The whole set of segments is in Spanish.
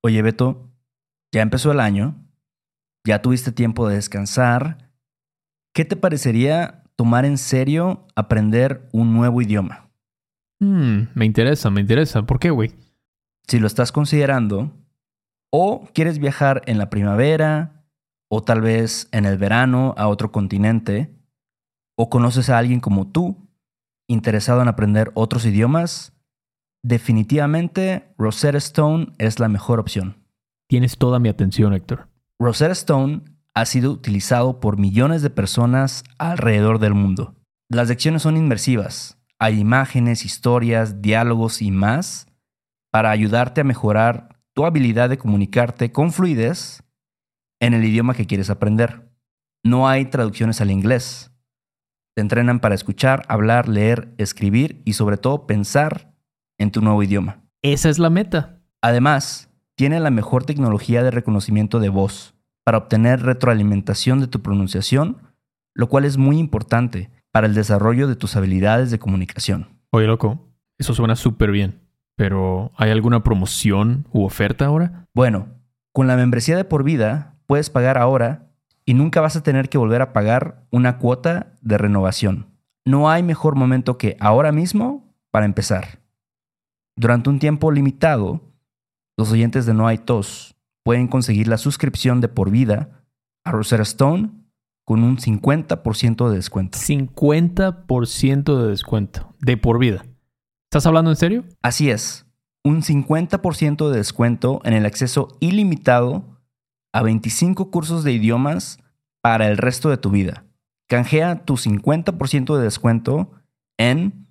Oye, Beto, ya empezó el año, ya tuviste tiempo de descansar. ¿Qué te parecería tomar en serio aprender un nuevo idioma? Me interesa, me interesa. ¿Por qué, güey? Si lo estás considerando, o quieres viajar en la primavera, o tal vez en el verano a otro continente, o conoces a alguien como tú, interesado en aprender otros idiomas, definitivamente Rosetta Stone es la mejor opción. Tienes toda mi atención, Héctor. Rosetta Stone ha sido utilizado por millones de personas alrededor del mundo. Las lecciones son inmersivas. Hay imágenes, historias, diálogos y más para ayudarte a mejorar tu habilidad de comunicarte con fluidez en el idioma que quieres aprender. No hay traducciones al inglés. Te entrenan para escuchar, hablar, leer, escribir y sobre todo pensar en tu nuevo idioma. Esa es la meta. Además, tiene la mejor tecnología de reconocimiento de voz para obtener retroalimentación de tu pronunciación, lo cual es muy importante para el desarrollo de tus habilidades de comunicación. Oye, loco, eso suena súper bien. Pero, ¿hay alguna promoción u oferta ahora? Bueno, con la membresía de por vida puedes pagar ahora y nunca vas a tener que volver a pagar una cuota de renovación. No hay mejor momento que ahora mismo para empezar. Durante un tiempo limitado, los oyentes de No Hay Tos pueden conseguir la suscripción de por vida a Rosetta Stone con un 50% de descuento. 50% de descuento. De por vida. ¿Estás hablando en serio? Así es, un 50% de descuento en el acceso ilimitado a 25 cursos de idiomas para el resto de tu vida. Canjea tu 50% de descuento en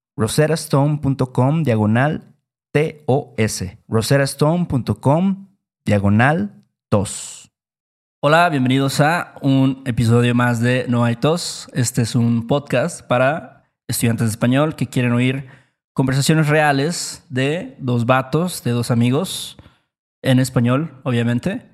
rosettastone.com/TOS. rosettastone.com/TOS. Hola, bienvenidos a un episodio más de No Hay Tos. Este es un podcast para estudiantes de español que quieren oír conversaciones reales de dos vatos, de dos amigos, en español, obviamente.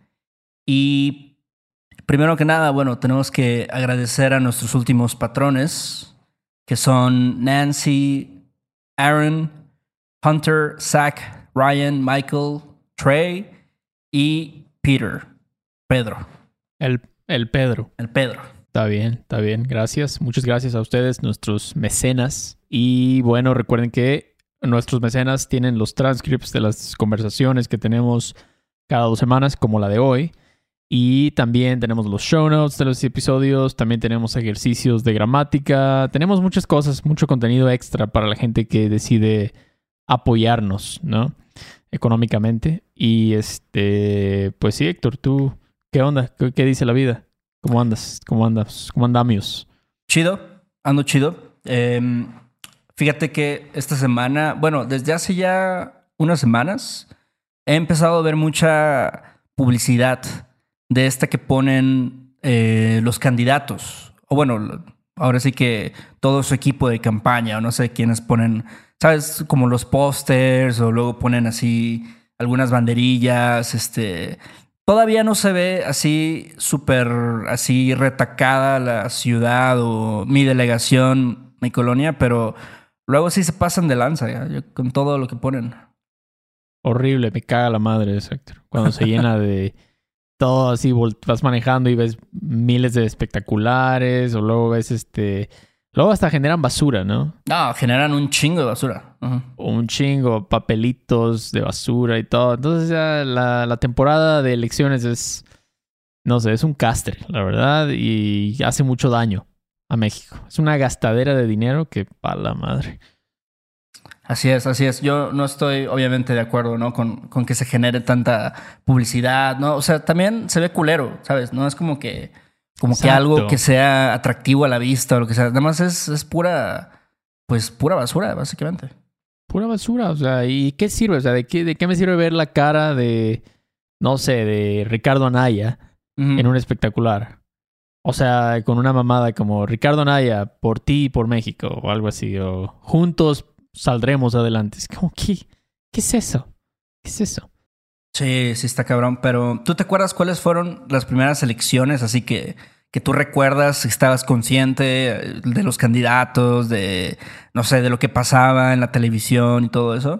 Y primero que nada, bueno, tenemos que agradecer a nuestros últimos patrones, que son Nancy, Aaron, Hunter, Zach, Ryan, Michael, Trey y Pedro. El Pedro. El Pedro. Está bien. Gracias. Muchas gracias a ustedes, nuestros mecenas. Y bueno, recuerden que nuestros mecenas tienen los transcripts de las conversaciones que tenemos cada 2 semanas, como la de hoy. Y también tenemos los show notes de los episodios. También tenemos ejercicios de gramática. Tenemos muchas cosas, mucho contenido extra para la gente que decide apoyarnos, ¿no? Económicamente. Y pues sí, Héctor, ¿tú qué onda? ¿Qué dice la vida? ¿Cómo andas? ¿Cómo andamos? Chido, ando chido. Fíjate que esta semana, bueno, desde hace ya unas semanas, he empezado a ver mucha publicidad de esta que ponen los candidatos. O bueno, ahora sí que todo su equipo de campaña, o no sé quiénes ponen, ¿sabes? Como los pósters, o luego ponen así algunas banderillas, Todavía no se ve así súper así retacada la ciudad o mi delegación, mi colonia, pero luego sí se pasan de lanza con todo lo que ponen. Horrible, me caga la madre eso, Héctor. Cuando se llena de todo así, vas manejando y ves miles de espectaculares, o luego ves luego hasta generan basura, ¿no? No, generan un chingo de basura. Uh-huh. Un chingo, papelitos de basura y todo. Entonces ya la temporada de elecciones es, no sé, es un castre, la verdad, y hace mucho daño a México. Es una gastadera de dinero que pa' la madre. Así es. Yo no estoy obviamente de acuerdo, ¿no? Con que se genere tanta publicidad, ¿no? O sea, también se ve culero, ¿sabes? No es como que algo que sea atractivo a la vista o lo que sea. Nada más es pura basura, básicamente. Pura basura, o sea, ¿y qué sirve? O sea, ¿de qué me sirve ver la cara de, no sé, de Ricardo Anaya en un espectacular? O sea, con una mamada como Ricardo Anaya, por ti y por México, o algo así, o juntos saldremos adelante. Es como, ¿qué es eso? ¿Qué es eso? Sí, está cabrón. Pero, ¿tú te acuerdas cuáles fueron las primeras elecciones? Así que tú recuerdas, estabas consciente de los candidatos, de, no sé, de lo que pasaba en la televisión y todo eso.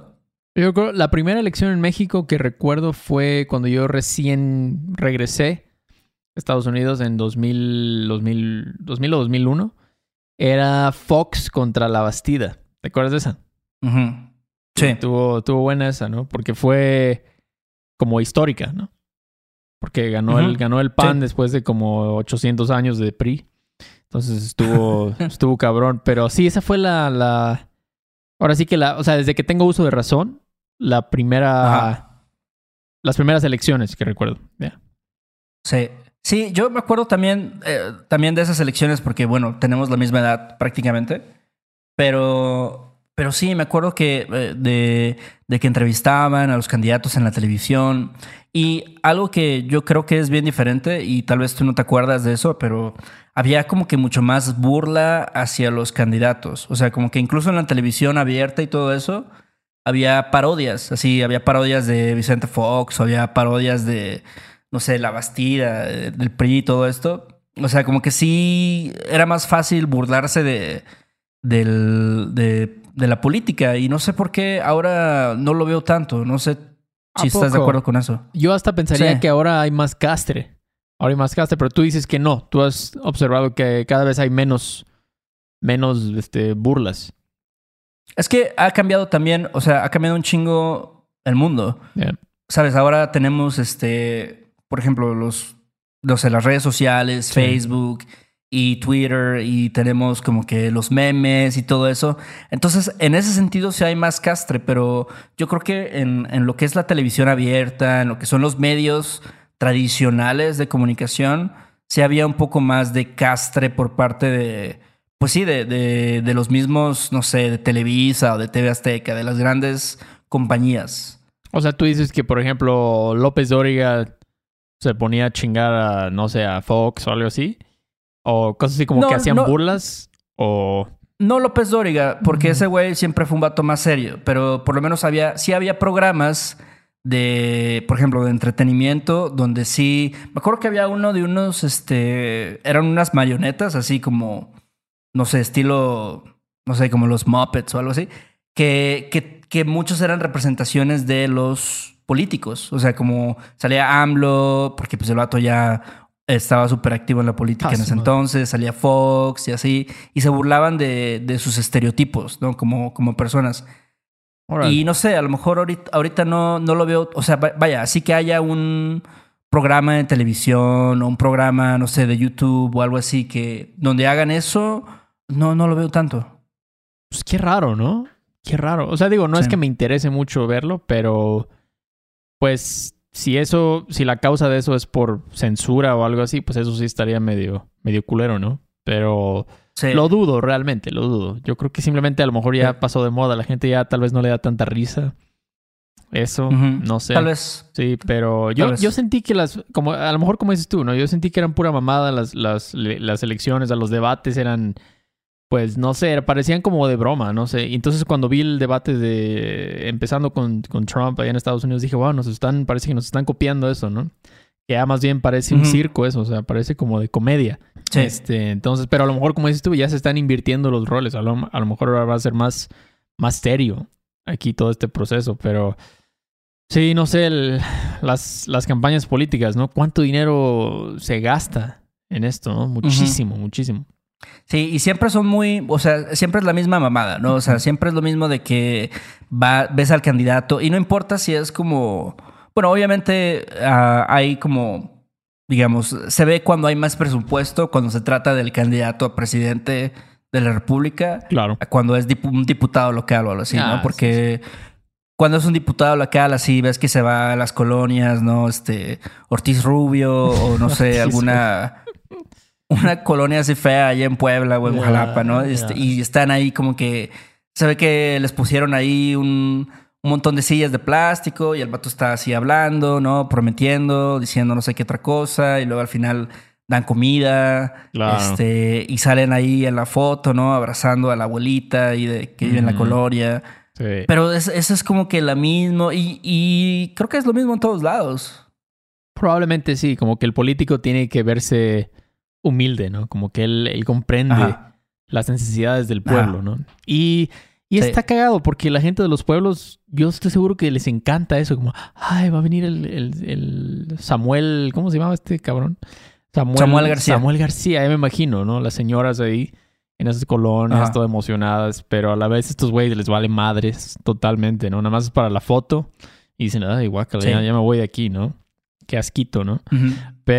Yo creo la primera elección en México que recuerdo fue cuando yo recién regresé a Estados Unidos en 2000 o 2001. Era Fox contra La Bastida. ¿Te acuerdas de esa? Uh-huh. Sí. Tuvo buena esa, ¿no? Porque fue como histórica, ¿no? Porque ganó el PAN después de como 800 años de PRI. Entonces estuvo cabrón. Pero sí, esa fue la... Ahora sí que o sea, desde que tengo uso de razón, las primeras elecciones que recuerdo. Yeah. Sí. Sí, yo me acuerdo también de esas elecciones porque, bueno, tenemos la misma edad prácticamente. Pero sí, me acuerdo que de que entrevistaban a los candidatos en la televisión. Y algo que yo creo que es bien diferente, y tal vez tú no te acuerdas de eso, pero había como que mucho más burla hacia los candidatos. O sea, como que incluso en la televisión abierta y todo eso, había parodias. Así, había parodias de Vicente Fox, o había parodias de, no sé, La Bastida, del PRI y todo esto. O sea, como que sí era más fácil burlarse de la política. Y no sé por qué ahora no lo veo tanto. No sé si estás de acuerdo con eso. Yo hasta pensaría que ahora hay más castre. Ahora hay más castre, pero tú dices que no. Tú has observado que cada vez hay menos burlas. Es que ha cambiado también, o sea, ha cambiado un chingo el mundo. Yeah. ¿Sabes? Ahora tenemos, por ejemplo, las redes sociales, Sí. Facebook y Twitter, y tenemos como que los memes y todo eso. Entonces, en ese sentido sí hay más castre, pero yo creo que en lo que es la televisión abierta, en lo que son los medios tradicionales de comunicación, sí había un poco más de castre por parte de, pues sí, de los mismos, no sé, de Televisa o de TV Azteca, de las grandes compañías. O sea, tú dices que, por ejemplo, López Dóriga se ponía a chingar a, no sé, a Fox o algo así. O cosas así como que hacían burlas. O... No López Dóriga, porque ese güey siempre fue un vato más serio. Pero por lo menos sí había programas de, por ejemplo, de entretenimiento, donde sí... Me acuerdo que había uno de unos, eran unas marionetas, así como, no sé, estilo, no sé, como los Muppets o algo así, que muchos eran representaciones de los políticos. O sea, como salía AMLO, porque pues el vato ya estaba súper activo en la política en ese entonces, salía Fox y así, y se burlaban de sus estereotipos, ¿no? Como personas. Alright. Y no sé, a lo mejor ahorita no lo veo, o sea, vaya, así que haya un programa de televisión o un programa, no sé, de YouTube o algo así que donde hagan eso, no lo veo tanto. Pues qué raro, ¿no? Qué raro. O sea, digo, no es que me interese mucho verlo, pero pues si la causa de eso es por censura o algo así, pues eso sí estaría medio culero, ¿no? Pero sí. Lo dudo, realmente, lo dudo. Yo creo que simplemente a lo mejor ya pasó de moda. La gente ya tal vez no le da tanta risa. Eso, no sé. Tal vez. Sí, pero yo sentí que como a lo mejor como dices tú, ¿no? Yo sentí que eran pura mamada las elecciones, los debates eran, pues, no sé, parecían como de broma, no sé. Y entonces cuando vi el debate empezando con Trump allá en Estados Unidos, dije, wow, parece que nos están copiando eso, ¿no? Que ya más bien parece un circo eso, o sea, parece como de comedia. Sí. Entonces, pero a lo mejor, como dices tú, ya se están invirtiendo los roles. A lo mejor ahora va a ser más serio aquí todo este proceso, pero sí, no sé, las campañas políticas, ¿no? ¿Cuánto dinero se gasta en esto, no? Muchísimo, muchísimo. Sí, y siempre son o sea, siempre es la misma mamada, ¿no? O sea, siempre es lo mismo de que ves al candidato y no importa si es como, bueno, obviamente hay como, digamos, se ve cuando hay más presupuesto, cuando se trata del candidato a presidente de la República, claro, cuando es un diputado local o algo así, ¿no? Porque sí. Cuando es un diputado local, así ves que se va a las colonias, ¿no? Ortiz Rubio o no sé, una colonia así fea allá en Puebla o en Jalapa, ¿no? Y están ahí como que se ve que les pusieron ahí un montón de sillas de plástico y el vato está así hablando, ¿no? Prometiendo, diciendo no sé qué otra cosa y luego al final dan comida, claro. Y salen ahí en la foto, ¿no? Abrazando a la abuelita que vive en la colonia. Sí. Pero eso es como que la misma y creo que es lo mismo en todos lados. Probablemente sí, como que el político tiene que verse humilde, ¿no? Como que él comprende las necesidades del pueblo, ¿no? Y Y Sí. está cagado porque la gente de los pueblos, yo estoy seguro que les encanta eso. Como, ay, va a venir el Samuel, ¿cómo se llamaba este cabrón? Samuel García. Samuel García, ya me imagino, ¿no? Las señoras ahí en esas colonias, Ajá. todas emocionadas, pero a la vez estos güeyes les vale madres totalmente, ¿no? Nada más es para la foto y dicen, ay, guácala, Sí. ya me voy de aquí, ¿no? Qué asquito, ¿no? Ujú.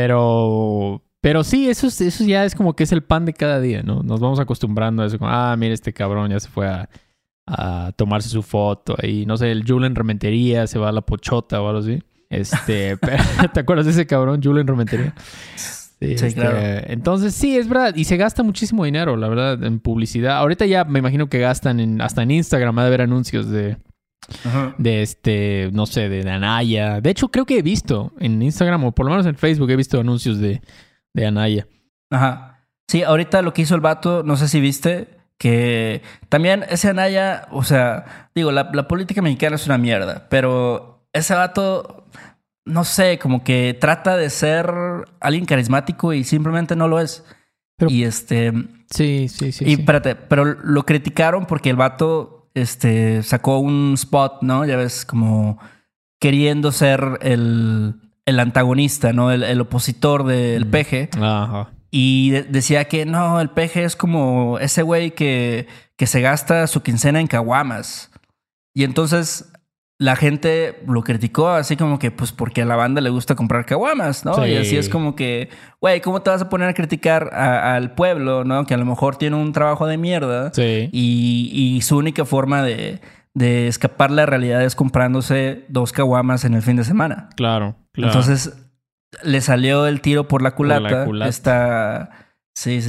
Pero sí, eso ya es como que es el pan de cada día, ¿no? Nos vamos acostumbrando a eso. Como, mira, este cabrón ya se fue a tomarse su foto ahí. No sé, el Julen Rementería se va a la pochota o algo así. Pero, ¿te acuerdas de ese cabrón, Julen Rementería? Sí, claro. Entonces, sí, es verdad. Y se gasta muchísimo dinero, la verdad, en publicidad. Ahorita ya me imagino que gastan hasta en Instagram. Ha de haber anuncios Ajá. no sé, de Anaya. De hecho, creo que he visto en Instagram o por lo menos en Facebook he visto anuncios de Anaya. Ajá. Sí, ahorita lo que hizo el vato, no sé si viste, que también ese Anaya, o sea, digo, la política mexicana es una mierda, pero ese vato, no sé, como que trata de ser alguien carismático y simplemente no lo es. Pero- Y Sí. espérate, pero lo criticaron porque el vato, sacó un spot, ¿no? Ya ves, como queriendo ser el antagonista, ¿no? El opositor del peje. Ajá. Y decía que no, el peje es como ese güey que se gasta su quincena en caguamas. Y entonces la gente lo criticó así como que, pues porque a la banda le gusta comprar caguamas, ¿no? Sí. Y así es como que, güey, ¿cómo te vas a poner a criticar al pueblo, ¿no? Que a lo mejor tiene un trabajo de mierda. Sí. Y su única forma de escapar la realidad es comprándose 2 caguamas en el fin de semana. Claro. Entonces le salió el tiro por la culata. culata. Sí.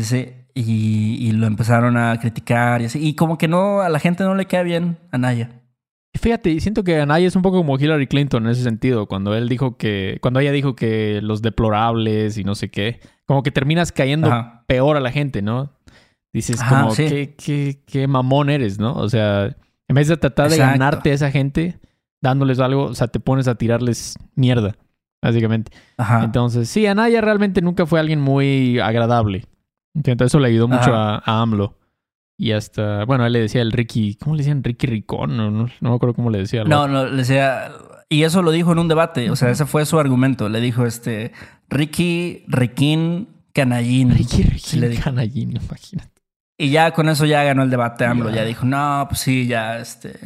Y lo empezaron a criticar y así. Y como que no, a la gente no le queda bien a Anaya. Fíjate, siento que Anaya es un poco como Hillary Clinton en ese sentido. Cuando ella dijo que los deplorables y no sé qué, como que terminas cayendo Ajá. peor a la gente, ¿no? Dices Ajá, como, sí. qué mamón eres, ¿no? O sea, en vez de tratar de Exacto. ganarte a esa gente, dándoles algo, o sea, te pones a tirarles mierda, básicamente. Ajá. Entonces, sí, Anaya realmente nunca fue alguien muy agradable. Entonces, eso le ayudó mucho a AMLO. Y hasta, bueno, él le decía el Ricky, ¿cómo le decían? Ricky Ricón, no me acuerdo cómo le decía. No, le decía. Y eso lo dijo en un debate. O sea, ese fue su argumento. Le dijo Ricky, Riquín, Canallín. Ricky Sí, le dijo. Canallín, imagínate. Y ya con eso ya ganó el debate AMLO. Ya. Ya dijo, no, pues sí, ya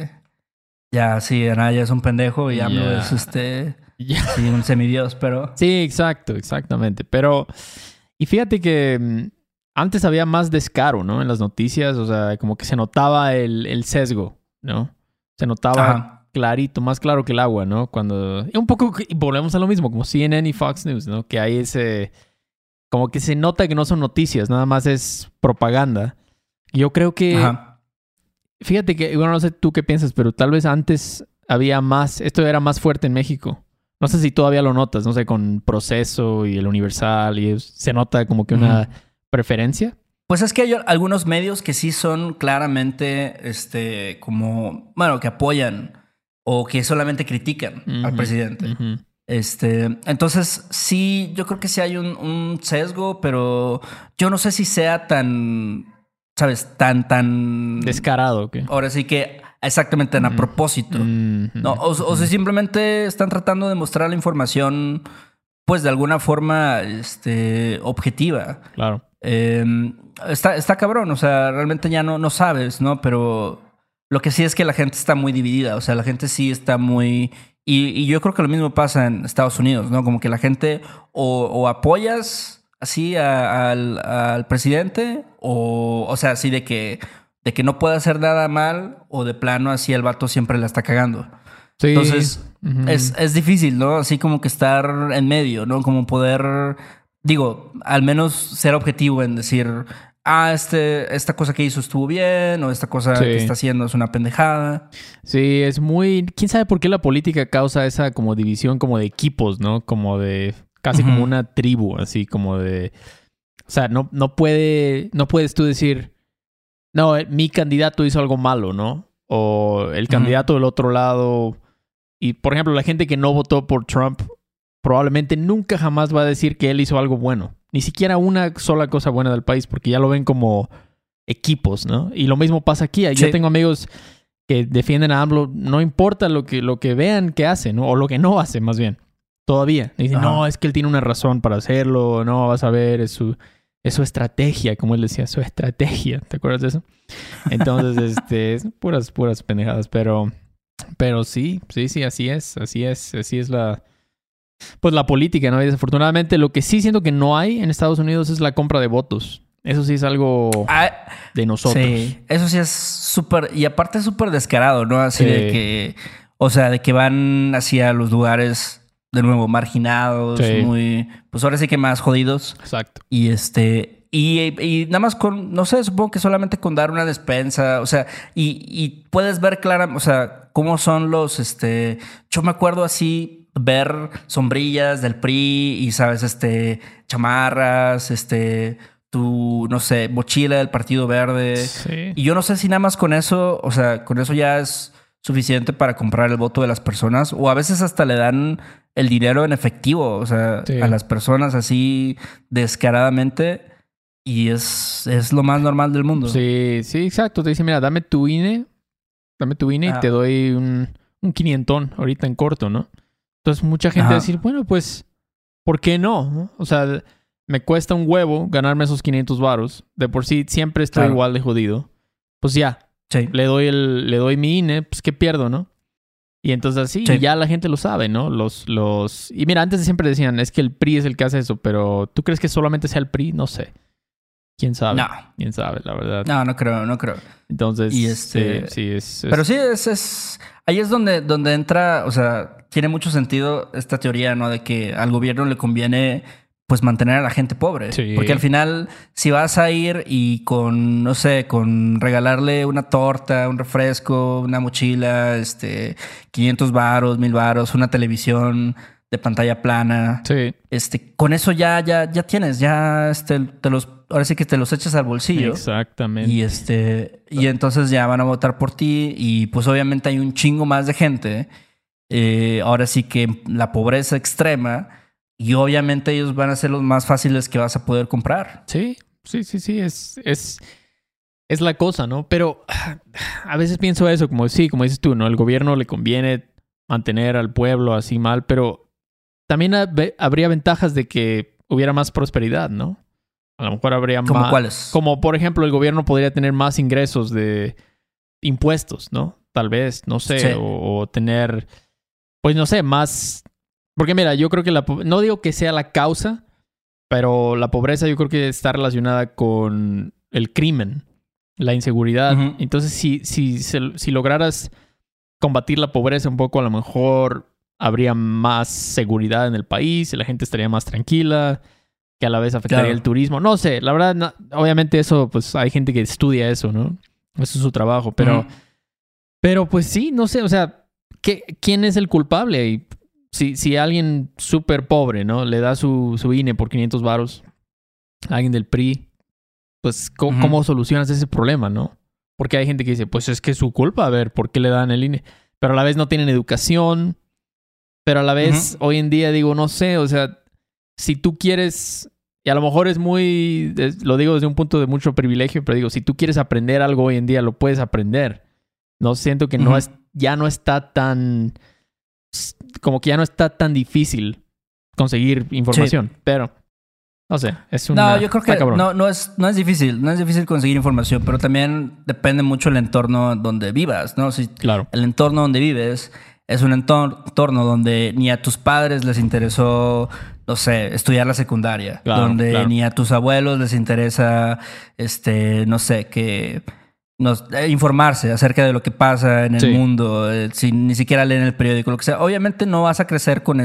ya sí, Anaya es un pendejo y AMLO Ya. es Ya. sí, un semidios, pero. Sí, exactamente. Pero, y fíjate que antes había más descaro, ¿no? En las noticias, o sea, como que se notaba el sesgo, ¿no? Se notaba Ajá. clarito, más claro que el agua, ¿no? Cuando... Y un poco, y volvemos a lo mismo, como CNN y Fox News, ¿no? Que hay como que se nota que no son noticias, nada más es propaganda. Yo creo que... Ajá. Fíjate que, bueno, no sé tú qué piensas, pero tal vez antes había más... Esto era más fuerte en México. No sé si todavía lo notas, no sé, con Proceso y El Universal, y se nota como que una preferencia. Pues es que hay algunos medios que sí son claramente, como, bueno, que apoyan o que solamente critican al presidente. Ujú. Entonces sí, yo creo que sí hay un sesgo, pero yo no sé si sea tan, ¿sabes? Tan... Descarado, ¿qué? Ahora sí que exactamente tan a propósito. No, o si simplemente están tratando de mostrar la información, pues de alguna forma, objetiva. Claro. Está cabrón, o sea, realmente ya no sabes, ¿no? Pero lo que sí es que la gente está muy dividida, o sea, la gente sí está muy... Y yo creo que lo mismo pasa en Estados Unidos, ¿no? Como que la gente o apoyas así al presidente o sea, así de que no puede hacer nada mal o de plano así el vato siempre la está cagando. Sí. Entonces es difícil, ¿no? Así como que estar en medio, ¿no? Como poder... Digo, al menos ser objetivo en decir, esta cosa que hizo estuvo bien, o esta cosa que está haciendo es una pendejada. Sí, es muy... ¿Quién sabe por qué la política causa esa como división como de equipos, ¿no? Como de... Casi como una tribu, así como de... O sea, no puedes tú decir, no, mi candidato hizo algo malo, ¿no? O el candidato del otro lado... Y, por ejemplo, la gente que no votó por Trump probablemente nunca jamás va a decir que él hizo algo bueno. Ni siquiera una sola cosa buena del país, porque ya lo ven como equipos, ¿no? Y lo mismo pasa aquí. Sí. Yo tengo amigos que defienden a AMLO, no importa lo que vean que hace, ¿no? O lo que no hace, más bien. Todavía. Dicen, no, es que él tiene una razón para hacerlo, no, vas a ver, es su estrategia, como él decía, su estrategia. ¿Te acuerdas de eso? Entonces, es puras pendejadas, pero sí, así es la política, ¿no? Y desafortunadamente lo que sí siento que no hay en Estados Unidos es la compra de votos. Eso sí es algo de nosotros. Sí, eso sí es súper, y aparte es súper descarado, ¿no? Así de que, o sea, de que van hacia los lugares de nuevo marginados, muy, pues ahora sí que más jodidos. Exacto. Y y nada más con, no sé, supongo que solamente con dar una despensa, o sea, y puedes ver claramente, o sea, cómo son yo me acuerdo así ver sombrillas del PRI y, sabes, chamarras, tu, no sé, mochila del Partido Verde. Sí. Y yo no sé si nada más con eso, o sea, con eso ya es suficiente para comprar el voto de las personas, o a veces hasta le dan el dinero en efectivo, o sea, a las personas así descaradamente, y es lo más normal del mundo. Sí, exacto. Te dicen, mira, dame tu INE y te doy un 500 ahorita en corto, ¿no? Entonces mucha gente va a decir, bueno, pues, ¿por qué no? O sea, me cuesta un huevo ganarme esos 500 varos. De por sí siempre estoy igual de jodido. Pues ya, le doy mi INE, pues ¿qué pierdo, no? Y entonces así, ya la gente lo sabe, ¿no? Y mira, antes siempre decían, es que el PRI es el que hace eso, pero ¿tú crees que solamente sea el PRI? No sé. ¿Quién sabe? No. ¿Quién sabe, la verdad? No creo. Entonces, y sí, es... Pero sí, ahí es donde entra, o sea, tiene mucho sentido esta teoría, ¿no? De que al gobierno le conviene, pues, mantener a la gente pobre. Sí. Porque al final, si vas a ir y con, no sé, con regalarle una torta, un refresco, una mochila, 500 varos, 1000 varos, una televisión de pantalla plana. Sí. Con eso ya tienes, ahora sí que te los echas al bolsillo. Exactamente. Y entonces ya van a votar por ti y pues obviamente hay un chingo más de gente. Ahora sí que la pobreza extrema y obviamente ellos van a ser los más fáciles que vas a poder comprar. Sí. Es la cosa, ¿no? Pero a veces pienso eso, como dices tú, ¿no? El gobierno le conviene mantener al pueblo así mal, pero también habría ventajas de que hubiera más prosperidad, ¿no? A lo mejor habría más... ¿Cómo cuáles? Como, por ejemplo, el gobierno podría tener más ingresos de impuestos, ¿no? Tal vez, no sé. Sí. O tener, pues no sé, más... Porque mira, yo creo que no digo que sea la causa, pero la pobreza yo creo que está relacionada con el crimen, la inseguridad. Uh-huh. Entonces, si lograras combatir la pobreza un poco, a lo mejor habría más seguridad en el país, la gente estaría más tranquila, que a la vez afectaría el turismo. No sé, la verdad, no, obviamente eso, pues hay gente que estudia eso, ¿no? Eso es su trabajo, pero pues sí, no sé, o sea, ¿quién es el culpable? Y si alguien súper pobre, ¿no? Le da su INE por 500 varos a alguien del PRI, pues ¿cómo solucionas ese problema, no? Porque hay gente que dice, pues es que es su culpa, a ver, ¿por qué le dan el INE? Pero a la vez no tienen educación, pero a la vez hoy en día digo, no sé, o sea, si tú quieres, y a lo mejor lo digo desde un punto de mucho privilegio, pero digo, si tú quieres aprender algo hoy en día, lo puedes aprender. No siento que ya no está tan, como que ya no está tan difícil conseguir información, pero no sé, es una... No, yo creo que no es difícil, no es difícil conseguir información, pero también depende mucho el entorno donde vivas, ¿no? Si claro. El entorno donde vives es un entorno donde ni a tus padres les interesó, no sé, estudiar la secundaria. Claro, donde ni a tus abuelos les interesa, no sé, informarse acerca de lo que pasa en el mundo, sin ni siquiera leen el periódico, lo que sea. Obviamente no vas a crecer con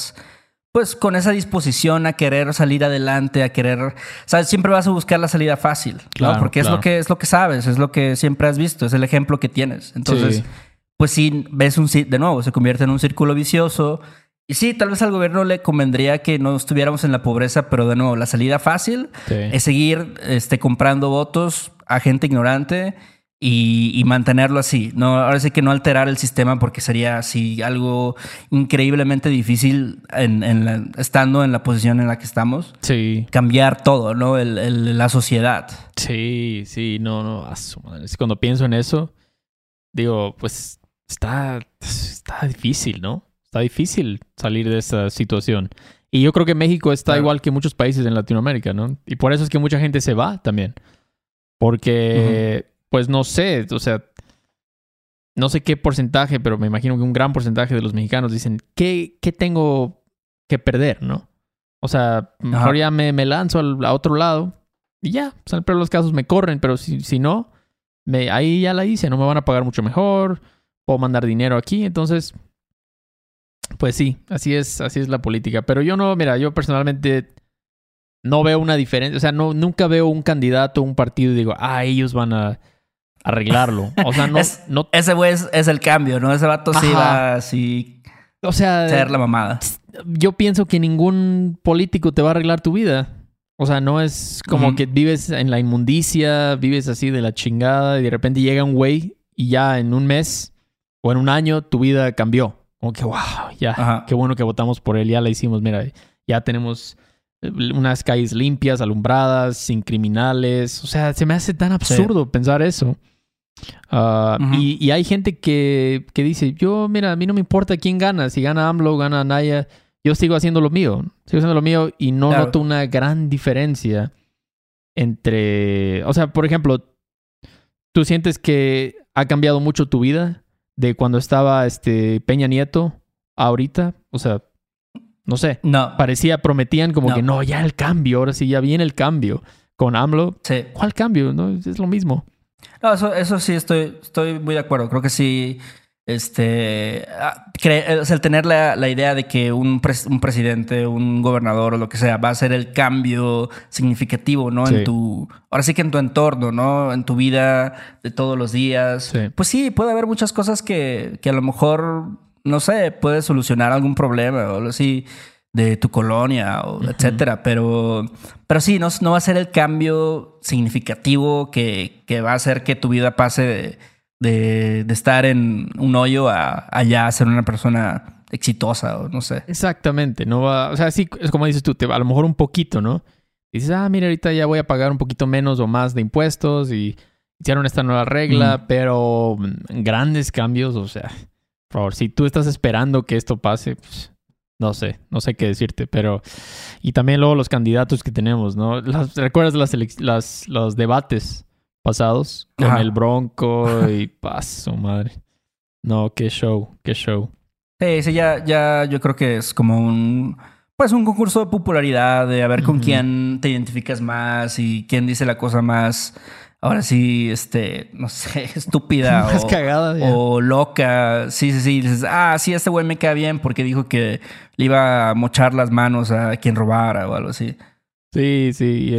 con esa disposición a querer salir adelante, a querer, ¿sabes? Siempre vas a buscar la salida fácil, claro, ¿no? Porque es lo que sabes, es lo que siempre has visto, es el ejemplo que tienes. Entonces, pues sí, ves de nuevo, se convierte en un círculo vicioso. Y sí, tal vez al gobierno le convendría que no estuviéramos en la pobreza, pero de nuevo, la salida fácil es seguir comprando votos a gente ignorante y mantenerlo así. No, ahora sí que no alterar el sistema porque sería así algo increíblemente difícil estando en la posición en la que estamos. Sí. Cambiar todo, ¿no? La sociedad. Sí, sí, no, a su madre. Es que cuando pienso en eso, digo, pues está difícil, ¿no? Está difícil salir de esa situación. Y yo creo que México está Claro. igual que muchos países en Latinoamérica, ¿no? Y por eso es que mucha gente se va también. Porque, pues no sé, o sea, no sé qué porcentaje, pero me imagino que un gran porcentaje de los mexicanos dicen, ¿qué tengo que perder, no? O sea, mejor Ajá. ya me lanzo a otro lado y ya, o sea, en el peor de los casos me corren, pero si no, ahí ya la hice, no me van a pagar mucho mejor, puedo mandar dinero aquí, entonces, pues sí, así es la política. Pero yo no, mira, yo personalmente no veo una diferencia, o sea, nunca veo un candidato, un partido y digo, ellos van a arreglarlo. O sea, no, Ese güey es el cambio, ¿no? Ese vato sí ajá. va así O sea, a ser la mamada. yo pienso que ningún político te va a arreglar tu vida. O sea, no es como que vives en la inmundicia, vives así de la chingada y de repente llega un güey y ya en un mes o en un año tu vida cambió. Como que, wow, ya, Ajá. qué bueno que votamos por él, ya la hicimos, mira, ya tenemos unas calles limpias, alumbradas, sin criminales. O sea, se me hace tan absurdo pensar eso. Y hay gente que dice, mira, a mí no me importa quién gana, si gana AMLO, gana Anaya, yo sigo haciendo lo mío y no Claro. noto una gran diferencia entre, o sea, por ejemplo, ¿tú sientes que ha cambiado mucho tu vida de cuando estaba Peña Nieto a ahorita? O sea, no sé, No. prometían como No. que no, ya el cambio, ahora sí, ya viene el cambio. Con AMLO, Sí. ¿cuál cambio? No, es lo mismo. No, eso sí estoy muy de acuerdo. Creo que sí, o sea, el tener la idea de que un presidente, un gobernador o lo que sea va a ser el cambio significativo, ¿no? Sí. Ahora sí que en tu entorno, ¿no? En tu vida de todos los días. Sí. Pues sí, puede haber muchas cosas que a lo mejor, no sé, puede solucionar algún problema o algo así de tu colonia o etcétera, pero sí, no va a ser el cambio significativo que va a hacer que tu vida pase de estar en un hoyo a ya ser una persona exitosa o no sé. Exactamente, no va, o sea, sí, es como dices tú, a lo mejor un poquito, ¿no? Dices, mira, ahorita ya voy a pagar un poquito menos o más de impuestos y hicieron esta nueva regla, pero grandes cambios, o sea, por favor, si tú estás esperando que esto pase, pues, no sé qué decirte, pero y también luego los candidatos que tenemos, ¿no? ¿Recuerdas los debates pasados con Ajá. el Bronco y paso, madre? No, qué show. Sí, ya yo creo que es como un concurso de popularidad, de a ver con quién te identificas más y quién dice la cosa más, ahora sí, no sé, estúpida Más cagada, ya. o loca. Sí. Dices, sí, este güey me cae bien porque dijo que le iba a mochar las manos a quien robara o algo así. Sí,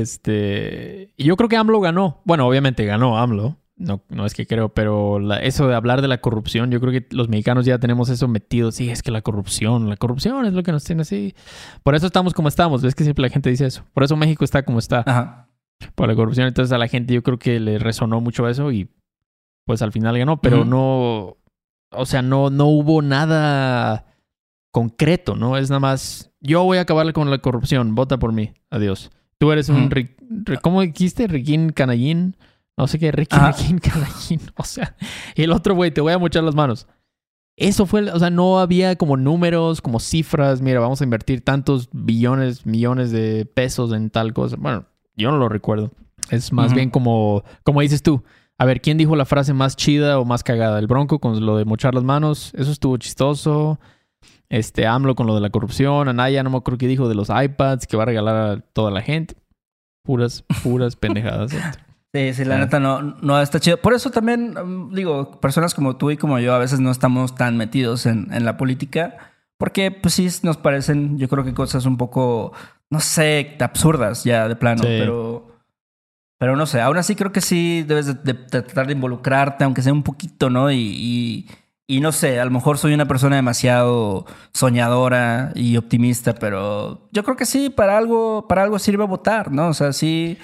y yo creo que AMLO ganó. Bueno, obviamente ganó AMLO. No es que creo, pero eso de hablar de la corrupción, yo creo que los mexicanos ya tenemos eso metido. Sí, es que la corrupción es lo que nos tiene así. Por eso estamos como estamos. Ves que siempre la gente dice eso. Por eso México está como está. Ajá. Por la corrupción. Entonces a la gente yo creo que le resonó mucho eso y pues al final ganó. Pero no, o sea, no hubo nada concreto, ¿no? Es nada más, yo voy a acabar con la corrupción, vota por mí, adiós. Tú eres un, ¿cómo dijiste? Riquín Canallín, no sé qué, Riquín Canallín, o sea, y el otro güey, te voy a mochar las manos. Eso fue, o sea, no había como números, como cifras, mira, vamos a invertir tantos millones de pesos en tal cosa. Bueno, yo no lo recuerdo. Es más bien como dices tú. A ver, ¿quién dijo la frase más chida o más cagada? El Bronco con lo de mochar las manos, eso estuvo chistoso. AMLO con lo de la corrupción, Anaya no me acuerdo qué dijo de los iPads que va a regalar a toda la gente. Puras pendejadas. Sí, la neta no está chido. Por eso también, digo, personas como tú y como yo a veces no estamos tan metidos en la política, porque pues sí nos parecen, yo creo que cosas un poco, no sé, absurdas ya de plano, Sí. pero no sé, aún así creo que sí debes de tratar de involucrarte, aunque sea un poquito, ¿no? Y no sé, a lo mejor soy una persona demasiado soñadora y optimista, pero yo creo que sí, para algo sirve votar, ¿no? O sea, sí,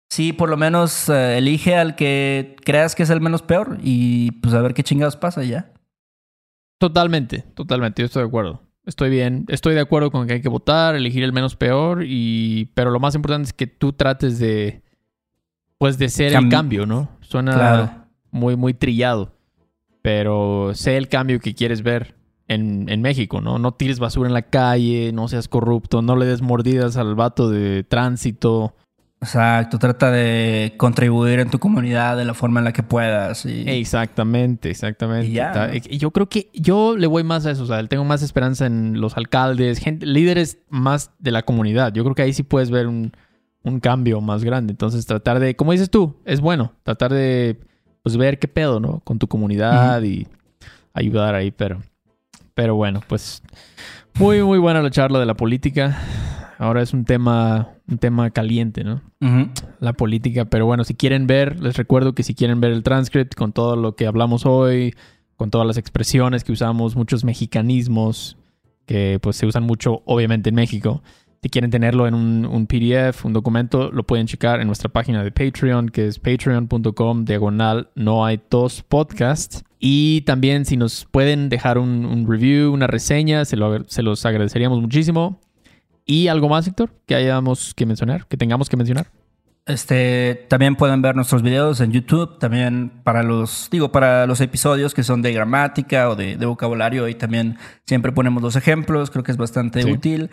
Sí, por lo menos elige al que creas que es el menos peor y pues a ver qué chingados pasa ya. Totalmente, yo estoy de acuerdo. Estoy bien, estoy de acuerdo con que hay que votar, elegir el menos peor, pero lo más importante es que tú trates de ser el cambio, ¿no? Suena muy, muy trillado, pero sé el cambio que quieres ver en México, ¿no? No tires basura en la calle, no seas corrupto, no le des mordidas al vato de tránsito. Exacto, trata de contribuir en tu comunidad de la forma en la que puedas. Exactamente. Y ya, ¿no? Yo creo que yo le voy más a eso, o sea, tengo más esperanza en los alcaldes, líderes más de la comunidad. Yo creo que ahí sí puedes ver un cambio más grande. Entonces tratar de, como dices tú, es bueno, tratar de pues ver qué pedo, ¿no? Con tu comunidad y ayudar ahí, pero bueno, pues muy, muy buena la charla de la política. Ahora es un tema caliente, ¿no? La política. Pero bueno, si quieren ver, les recuerdo que si quieren ver el transcript con todo lo que hablamos hoy, con todas las expresiones que usamos, muchos mexicanismos que pues se usan mucho obviamente en México. Si quieren tenerlo en un PDF, un documento, lo pueden checar en nuestra página de Patreon, que es patreon.com/nohaytospodcast. Y también si nos pueden dejar un review, una reseña, se los agradeceríamos muchísimo. ¿Y algo más, Héctor, que tengamos que mencionar? También pueden ver nuestros videos en YouTube, también para los episodios que son de gramática o de vocabulario, y también siempre ponemos los ejemplos, creo que es bastante útil.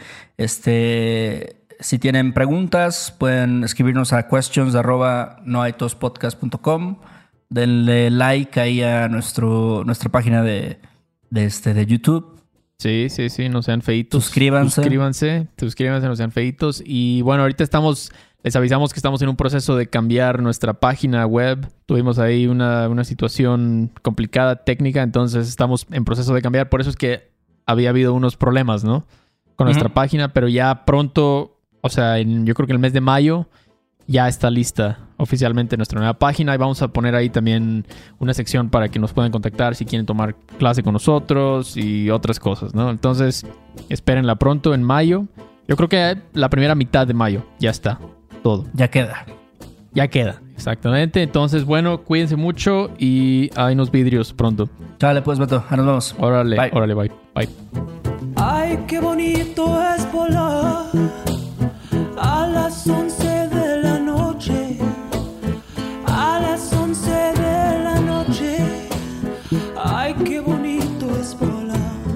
Si tienen preguntas, pueden escribirnos a questions@nohaytospodcast.com. Denle like ahí a nuestra página de YouTube. Sí, no sean feitos. Suscríbanse, no sean feitos. Y bueno, ahorita les avisamos que estamos en un proceso de cambiar nuestra página web. Tuvimos ahí una situación complicada técnica, entonces estamos en proceso de cambiar. Por eso es que había habido unos problemas, ¿no? Con nuestra página, pero ya pronto, o sea, yo creo que el mes de mayo ya está lista oficialmente nuestra nueva página y vamos a poner ahí también una sección para que nos puedan contactar si quieren tomar clase con nosotros y otras cosas, ¿no? Entonces, espérenla pronto en mayo. Yo creo que la primera mitad de mayo ya está todo. Ya queda, exactamente. Entonces, bueno, cuídense mucho y hay unos vidrios pronto. Dale, pues, Beto, nos vemos. Órale, bye. Ay, qué bonito es volar a las 11 de la noche, a las 11 de la noche. Ay, qué bonito es volar,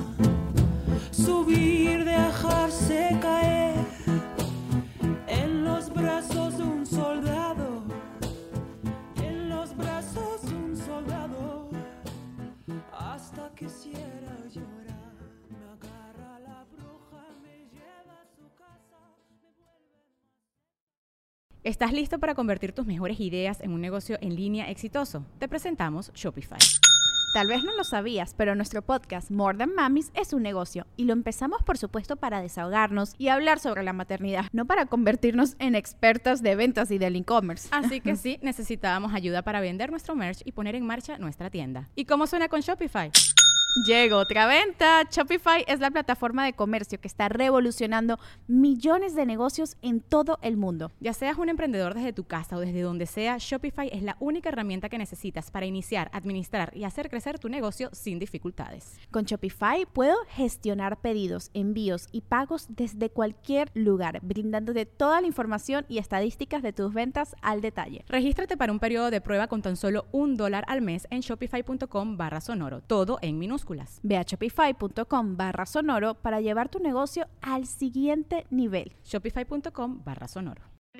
subir, dejarse caer en los brazos de un soldado, en los brazos de un soldado, hasta que quisiera llorar. Me agarra la bruja, me lleva a su casa, me vuelve... ¿Estás listo para convertir tus mejores ideas en un negocio en línea exitoso? Te presentamos Shopify. Tal vez no lo sabías, pero nuestro podcast More Than Mamis es un negocio y lo empezamos por supuesto para desahogarnos y hablar sobre la maternidad, no para convertirnos en expertas de ventas y del e-commerce. Así que sí, necesitábamos ayuda para vender nuestro merch y poner en marcha nuestra tienda. ¿Y cómo suena con Shopify? Llegó otra venta. Shopify es la plataforma de comercio que está revolucionando millones de negocios en todo el mundo. Ya seas un emprendedor desde tu casa o desde donde sea, Shopify es la única herramienta que necesitas para iniciar, administrar y hacer crecer tu negocio sin dificultades. Con Shopify puedo gestionar pedidos, envíos y pagos desde cualquier lugar, brindándote toda la información y estadísticas de tus ventas al detalle. Regístrate para un periodo de prueba con tan solo $1 al mes en shopify.com/sonoro, todo en minúsculas. Ve a shopify.com/sonoro para llevar tu negocio al siguiente nivel. Shopify.com/sonoro.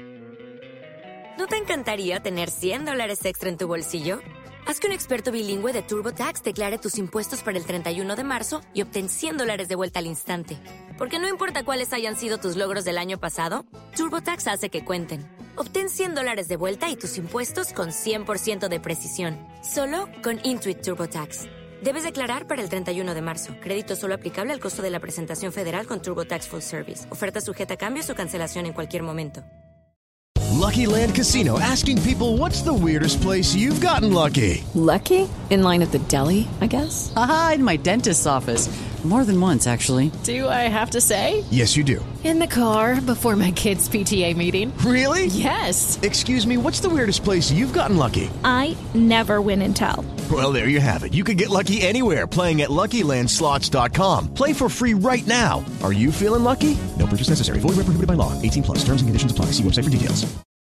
¿No te encantaría tener $100 extra en tu bolsillo? Haz que un experto bilingüe de TurboTax declare tus impuestos para el 31 de marzo y obtén $100 de vuelta al instante. Porque no importa cuáles hayan sido tus logros del año pasado, TurboTax hace que cuenten. Obtén $100 de vuelta y tus impuestos con 100% de precisión. Solo con Intuit TurboTax. Debes declarar para el 31 de marzo. Crédito solo aplicable al costo de la presentación federal con TurboTax Full Service. Oferta sujeta a cambios o cancelación en cualquier momento. Lucky Land Casino, asking people, what's the weirdest place you've gotten lucky? Lucky? In line at the deli, I guess? Aha, in my dentist's office. More than once, actually. Do I have to say? Yes, you do. In the car before my kids' PTA meeting. Really? Yes. Excuse me, what's the weirdest place you've gotten lucky? I never win and tell. Well, there you have it. You can get lucky anywhere, playing at LuckyLandSlots.com. Play for free right now. Are you feeling lucky? No purchase necessary. Void where prohibited by law. 18+. Terms and conditions apply. See website for details.